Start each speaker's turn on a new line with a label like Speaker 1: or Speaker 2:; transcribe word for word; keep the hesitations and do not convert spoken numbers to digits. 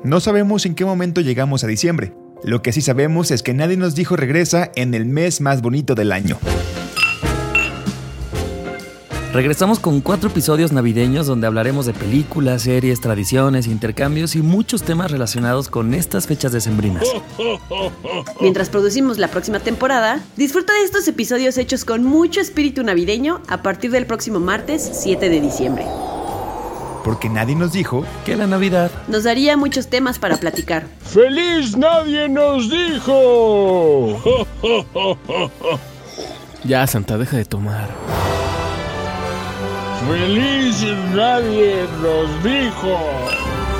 Speaker 1: No sabemos en qué momento llegamos a diciembre. Lo que sí sabemos es que nadie nos dijo regresa en el mes más bonito del año.
Speaker 2: Regresamos con cuatro episodios navideños donde hablaremos de películas, series, tradiciones, intercambios y muchos temas relacionados con estas fechas decembrinas.
Speaker 3: Mientras producimos la próxima temporada, disfruta de estos episodios hechos con mucho espíritu navideño a partir del próximo martes siete de diciembre.
Speaker 1: Porque nadie nos dijo
Speaker 2: que la Navidad
Speaker 3: nos daría muchos temas para platicar.
Speaker 4: ¡Feliz nadie nos dijo!
Speaker 5: Ya, Santa, deja de tomar.
Speaker 4: ¡Feliz nadie nos dijo!